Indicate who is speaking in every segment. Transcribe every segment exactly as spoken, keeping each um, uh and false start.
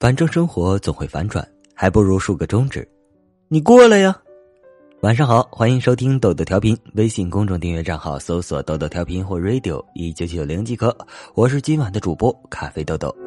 Speaker 1: 反正生活总会反转，还不如竖个中指。你过来呀！晚上好，欢迎收听豆豆调频，微信公众订阅账号搜索豆豆调频或 radio 一九九零即可。我是今晚的主播咖啡豆豆。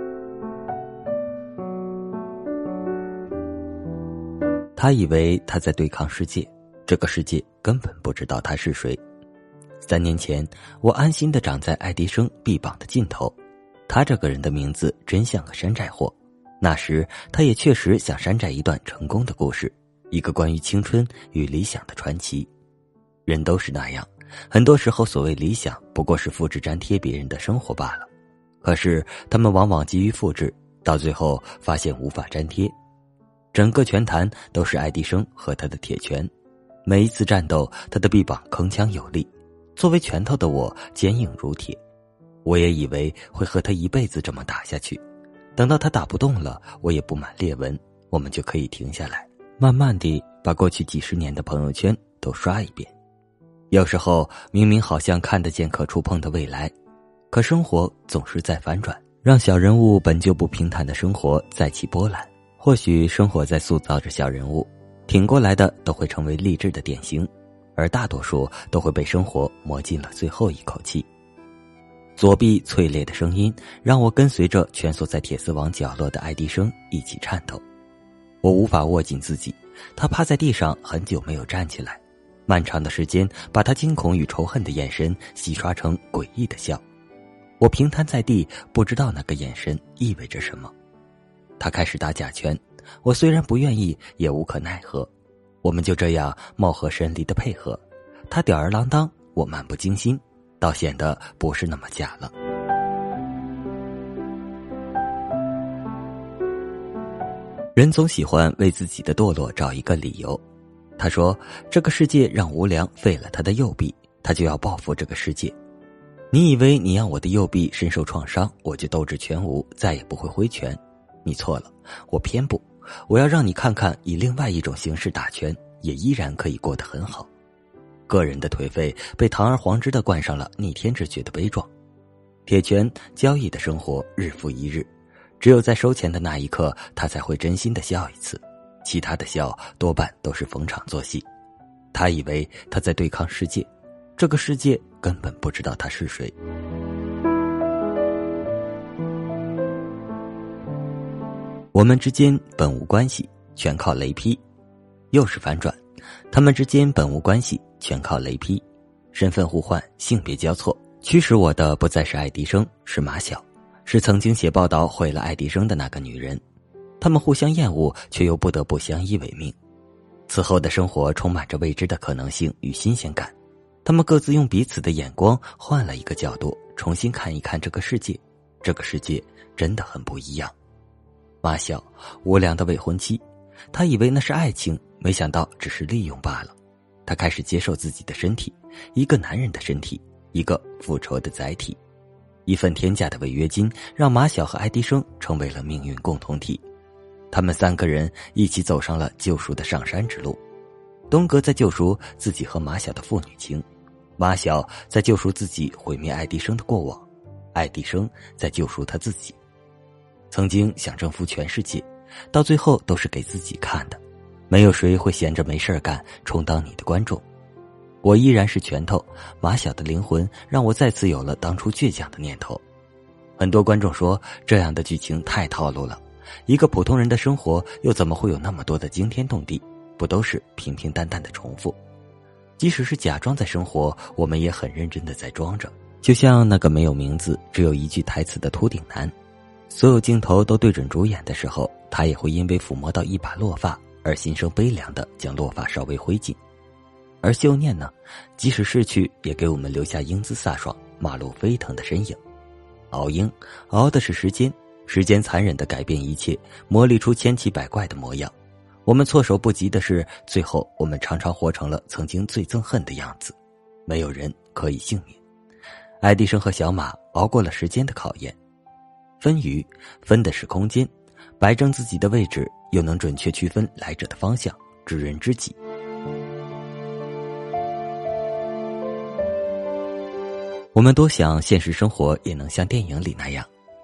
Speaker 1: 他以为他在对抗世界，这个世界根本不知道他是谁。三年前，我安心地长在爱迪生臂膀的尽头。他这个人的名字真像个山寨货。那时，他也确实想山寨一段成功的故事，一个关于青春与理想的传奇。人都是那样，很多时候所谓理想不过是复制粘贴别人的生活罢了。可是他们往往急于复制，到最后发现无法粘贴。整个拳坛都是爱迪生和他的铁拳，每一次战斗，他的臂膀铿锵有力。作为拳头的我，坚硬如铁。我也以为会和他一辈子这么打下去。等到他打不动了，我也布满裂纹，我们就可以停下来，慢慢地把过去几十年的朋友圈都刷一遍。有时候明明好像看得见可触碰的未来，可生活总是在反转，让小人物本就不平坦的生活再起波澜。或许生活在塑造着小人物，挺过来的都会成为励志的典型，而大多数都会被生活磨尽了最后一口气。左臂脆裂的声音让我跟随着蜷缩在铁丝网角落的爱迪生一起颤抖。我无法握紧自己，他趴在地上很久没有站起来，漫长的时间把他惊恐与仇恨的眼神洗刷成诡异的笑。我平摊在地，不知道那个眼神意味着什么。他开始打假拳，我虽然不愿意也无可奈何。我们就这样貌合神离的配合，他吊儿郎当，我漫不经心，倒显得不是那么假了。人总喜欢为自己的堕落找一个理由。他说，这个世界让无良废了他的右臂，他就要报复这个世界。你以为你让我的右臂深受创伤，我就斗志全无，再也不会挥拳。你错了，我偏不，我要让你看看以另外一种形式打拳，也依然可以过得很好。个人的颓废被堂而皇之地冠上了逆天之举的悲壮。铁拳交易的生活日复一日，只有在收钱的那一刻，他才会真心地笑一次，其他的笑多半都是逢场作戏。他以为他在对抗世界，这个世界根本不知道他是谁。我们之间本无关系，全靠雷劈。又是反转，他们之间本无关系，全靠雷劈。身份互换，性别交错，驱使我的不再是爱迪生，是马晓，是曾经写报道毁了爱迪生的那个女人。他们互相厌恶，却又不得不相依为命。此后的生活充满着未知的可能性与新鲜感。他们各自用彼此的眼光换了一个角度，重新看一看这个世界。这个世界真的很不一样。马晓，无良的未婚妻，他以为那是爱情，没想到只是利用罢了。他开始接受自己的身体，一个男人的身体，一个复仇的载体。一份天价的违约金让马晓和爱迪生成为了命运共同体。他们三个人一起走上了救赎的上山之路。东阁在救赎自己和马晓的父女情，马晓在救赎自己毁灭爱迪生的过往，爱迪生在救赎他自己。曾经想征服全世界，到最后都是给自己看的。没有谁会闲着没事干充当你的观众。我依然是拳头，马晓的灵魂让我再次有了当初倔强的念头。很多观众说这样的剧情太套路了，一个普通人的生活又怎么会有那么多的惊天动地，不都是平平淡淡的重复。即使是假装在生活，我们也很认真的在装着。就像那个没有名字只有一句台词的秃顶男，所有镜头都对准主演的时候，他也会因为抚摸到一把落发而心生悲凉的将落发稍微挥紧。而秀念呢，即使逝去也给我们留下英姿飒爽马路飞腾的身影。熬鹰熬的是时间，时间残忍地改变一切，磨砺出千奇百怪的模样。我们措手不及的是，最后我们常常活成了曾经最憎恨的样子，没有人可以幸免。爱迪生和小马熬过了时间的考验。分鱼分的是空间，摆正自己的位置，又能准确区分来者的方向，知人知己。我们多想现实生活也能像电影里那样，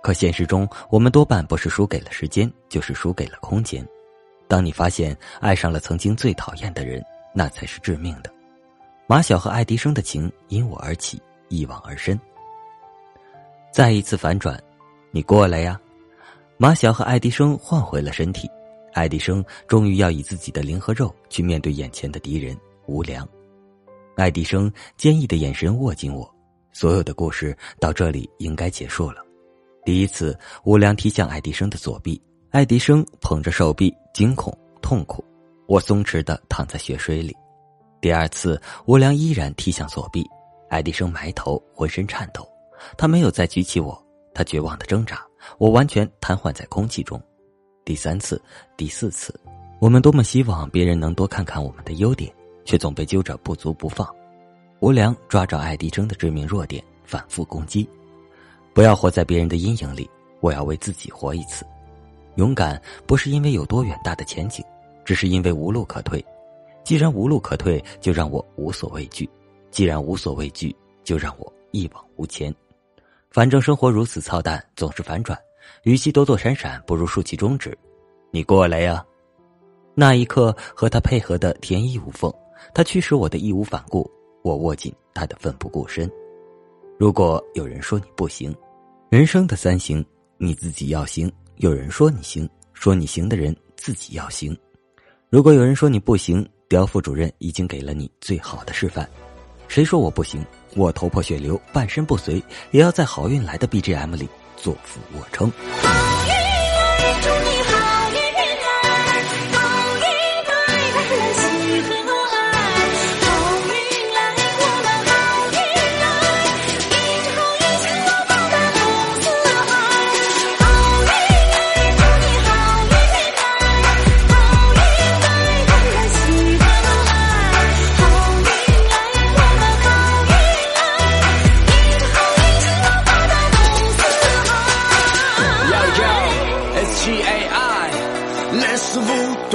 Speaker 1: 可现实中，我们多半不是输给了时间，就是输给了空间。当你发现爱上了曾经最讨厌的人，那才是致命的。马晓和爱迪生的情因我而起，一往而深。再一次反转，你过来呀！马晓和爱迪生换回了身体，爱迪生终于要以自己的灵和肉去面对眼前的敌人无良。爱迪生坚毅的眼神握紧我，所有的故事到这里应该结束了。第一次，无良踢向爱迪生的左臂，爱迪生捧着手臂，惊恐痛苦，我松弛地躺在血水里。第二次，无良依然踢向左臂，爱迪生埋头，浑身颤抖，他没有再举起我，他绝望地挣扎，我完全瘫痪在空气中。第三次，第四次，我们多么希望别人能多看看我们的优点，却总被揪着不足不放。无良抓着爱迪生的致命弱点，反复攻击。不要活在别人的阴影里，我要为自己活一次。勇敢不是因为有多远大的前景，只是因为无路可退。既然无路可退，就让我无所畏惧；既然无所畏惧，就让我一往无前。反正生活如此操蛋，总是反转，与其躲躲闪闪，不如竖起中指。你过来呀！那一刻和他配合的天衣无缝，他驱使我的义无反顾，我握紧他的奋不顾身。如果有人说你不行，人生的三行，你自己要行；有人说你行，说你行的人自己要行。如果有人说你不行，刁副主任已经给了你最好的示范。谁说我不行，我头破血流，半身不遂，也要在好运来的 B G M 里作俯卧撑。好运来，祝你好运来，好运来，带来喜和爱。好运来，我们好运来，一直好运兴旺发达红四海。好运来，祝你好运来，好运来，带来喜和爱。好运来，我们好运来，一直好运兴旺发达红四海。
Speaker 2: Yo yo, S G A I, let's move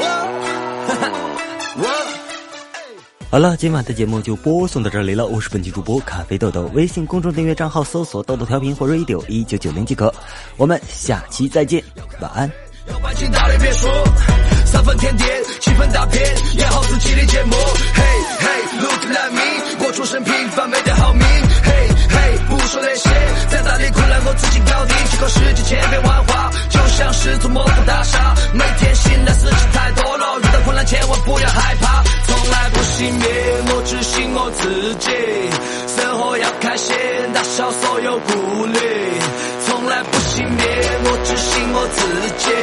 Speaker 2: on.
Speaker 1: 好了，今晚的节目就播送到这里了。我是本期主播咖啡豆豆，微信公众订阅账号搜索豆豆调频或 radio 一九九零即可。我们下期再见，晚安。
Speaker 2: 有感情道理别说，三分甜点，七分大片，演好自己的节目。Hey hey, look like me， 我出身平凡，没得好命。Hey hey， 不说那些，再大的困难我自己搞定。几个世纪千变万化，就像是座魔法大厦。每天醒来事情太多了，遇到困难千万不要害怕，从来不熄灭，我只信我自己。生活要开心，打消所有顾虑，从来不熄灭，我只信我自己。